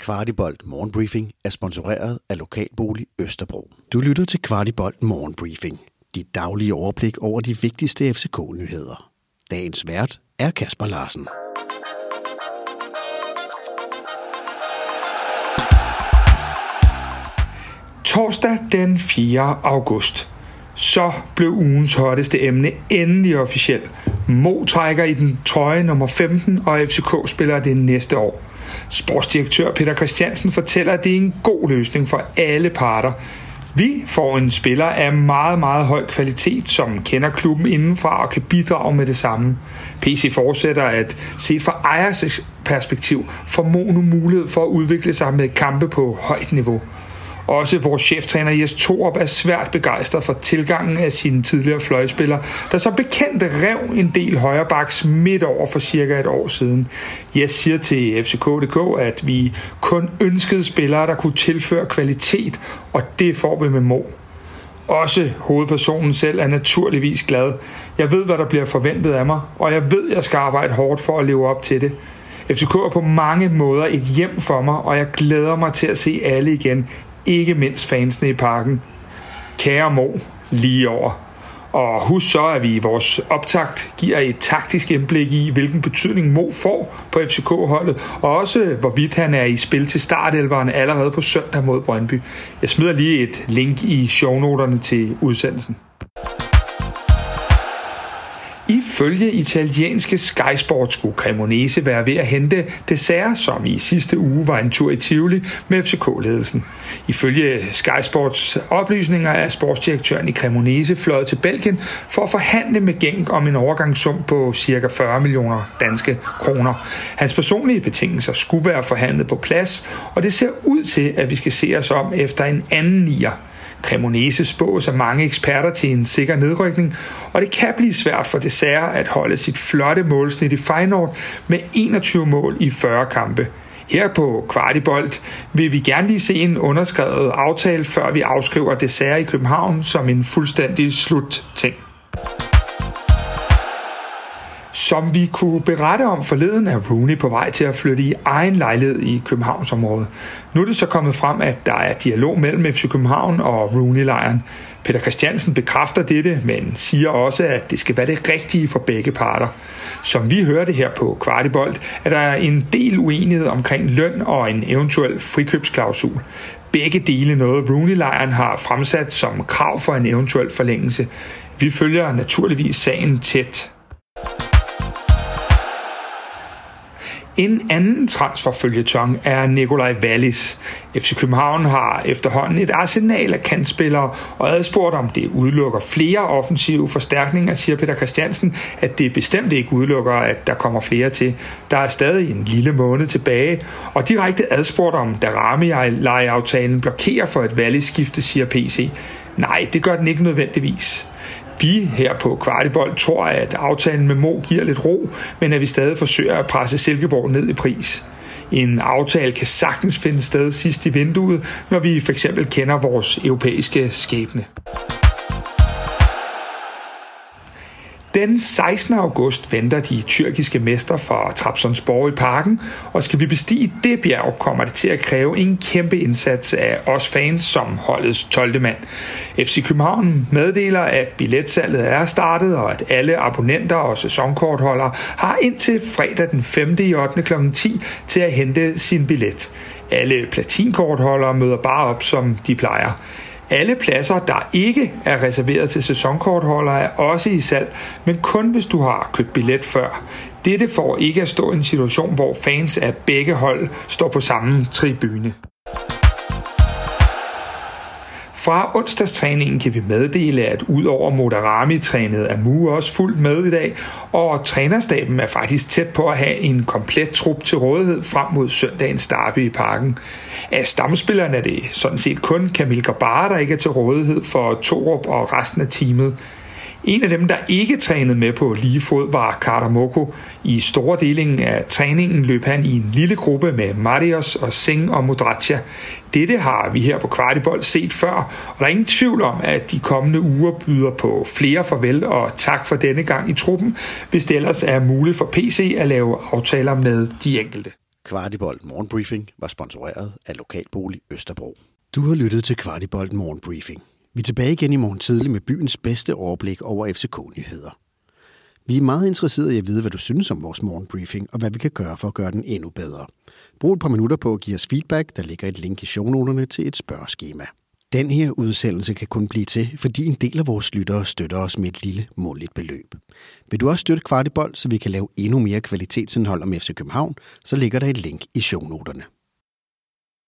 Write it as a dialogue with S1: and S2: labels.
S1: Kvartibolt Morgenbriefing er sponsoreret af Lokalbolig Østerbro. Du lytter til Kvartibolt Morgenbriefing. Dit daglige overblik over de vigtigste FCK-nyheder. Dagens vært er Kasper Larsen.
S2: Torsdag den 4. august. Så blev ugens hotteste emne endelig officielt. Mo trækker i den trøje nummer 15, og FCK spiller det næste år. Sportsdirektør Peter Christiansen fortæller, at det er en god løsning for alle parter. Vi får en spiller af meget, meget høj kvalitet, som kender klubben indenfra og kan bidrage med det samme. PC fortsætter at se fra ejers perspektiv får Mo nu mulighed for at udvikle sig med kampe på højt niveau. Også vores cheftræner Jes Torup er svært begejstret for tilgangen af sine tidligere fløjspillere, der som bekendt rev en del højrebacks midt over for cirka et år siden. Jes siger til FCK.dk, at vi kun ønskede spillere, der kunne tilføre kvalitet, og det får vi med Mo. Også hovedpersonen selv er naturligvis glad. Jeg ved, hvad der bliver forventet af mig, og jeg ved, jeg skal arbejde hårdt for at leve op til det. FCK er på mange måder et hjem for mig, og jeg glæder mig til at se alle igen. Ikke mindst fansene i parken. Kære Mo, lige over. Og husk så, at vi i vores optakt giver et taktisk indblik i, hvilken betydning Mo får på FCK-holdet, og også hvorvidt han er i spil til startelveren allerede på søndag mod Brøndby. Jeg smider lige et link i shownoterne til udsendelsen. Ifølge italienske Sky Sport skulle Cremonese være ved at hente Dessert, som i sidste uge var en tur i Tivoli med FCK-ledelsen. Ifølge Sky Sports oplysninger er sportsdirektøren i Cremonese fløjet til Belgien for at forhandle med Genk om en overgangssum på ca. 40 millioner danske kroner. Hans personlige betingelser skulle være forhandlet på plads, og det ser ud til, at vi skal se os om efter en anden nier. Cremonese spås af mange eksperter til en sikker nedrykning, og det kan blive svært for Dessert at holde sit flotte målsnit i Feyenoord med 21 mål i 40 kampe. Her på Kvartibolt vil vi gerne lige se en underskrevet aftale, før vi afskriver Dessert i København som en fuldstændig slutting. Som vi kunne berette om forleden, er Rooney på vej til at flytte i egen lejlighed i Københavnsområdet. Nu er det så kommet frem, at der er dialog mellem FC København og Rooney-lejren. Peter Christiansen bekræfter dette, men siger også, at det skal være det rigtige for begge parter. Som vi hørte her på Kvartibolt, er der en del uenighed omkring løn og en eventuel frikøbsklausul. Begge dele noget Rooney-lejren har fremsat som krav for en eventuel forlængelse. Vi følger naturligvis sagen tæt. En anden transferføljeton er Nicolai Wallis. FC København har efterhånden et arsenal af kantspillere, og adspurgt om det udelukker flere offensive forstærkninger, siger Peter Christiansen, at det bestemt ikke udelukker, at der kommer flere til. Der er stadig en lille måned tilbage, og direkte adspurgt om Darami-lejeaftalen blokerer for et Wallis-skifte, siger PC. Nej, det gør den ikke nødvendigvis. Vi her på Kvartibolt tror, at aftalen med Mo giver lidt ro, men at vi stadig forsøger at presse Silkeborg ned i pris. En aftale kan sagtens finde sted sidst i vinduet, når vi f.eks. kender vores europæiske skæbne. Den 16. august venter de tyrkiske mestre fra Trabzonspor i parken, og skal vi bestige det bjerg, kommer det til at kræve en kæmpe indsats af os fans som holdets 12. mand. FC København meddeler, at billetsalget er startet, og at alle abonnenter og sæsonkortholdere har indtil fredag den 5. i 8. kl. 10 til at hente sin billet. Alle platinkortholdere møder bare op, som de plejer. Alle pladser, der ikke er reserveret til sæsonkortholdere, er også i salg, men kun hvis du har købt billet før. Dette får ikke at stå i en situation, hvor fans af begge hold står på samme tribune. Fra onsdagstræningen kan vi meddele, at udover Modarami trænede Amu også fuldt med i dag, og trænerstaben er faktisk tæt på at have en komplet trup til rådighed frem mod søndagens derby i parken. Af stamspillerne er det sådan set kun Kamil Grabara, der ikke er til rådighed for Torup og resten af teamet. En af dem, der ikke trænede med på lige fod, var Carter Moko. I store delingen af træningen løb han i en lille gruppe med Marius og Singh og Modratia. Dette har vi her på Kvartibolt set før, og der er ingen tvivl om, at de kommende uger byder på flere farvel og tak for denne gang i truppen, hvis det ellers er muligt for PC at lave aftaler med de enkelte.
S1: Kvartibolt Morgenbriefing var sponsoreret af Lokalbolig Østerbro. Du har lyttet til Kvartibolt Morgenbriefing. Vi er tilbage igen i morgen tidlig med byens bedste overblik over FCK-nyheder. Vi er meget interesserede i at vide, hvad du synes om vores morgenbriefing, og hvad vi kan gøre for at gøre den endnu bedre. Brug et par minutter på at give os feedback. Der ligger et link i shownoterne til et spørgeskema. Den her udsendelse kan kun blive til, fordi en del af vores lyttere støtter os med et lille månedligt beløb. Vil du også støtte Kvartibolt, så vi kan lave endnu mere kvalitetsindhold om FC København, så ligger der et link i shownoterne.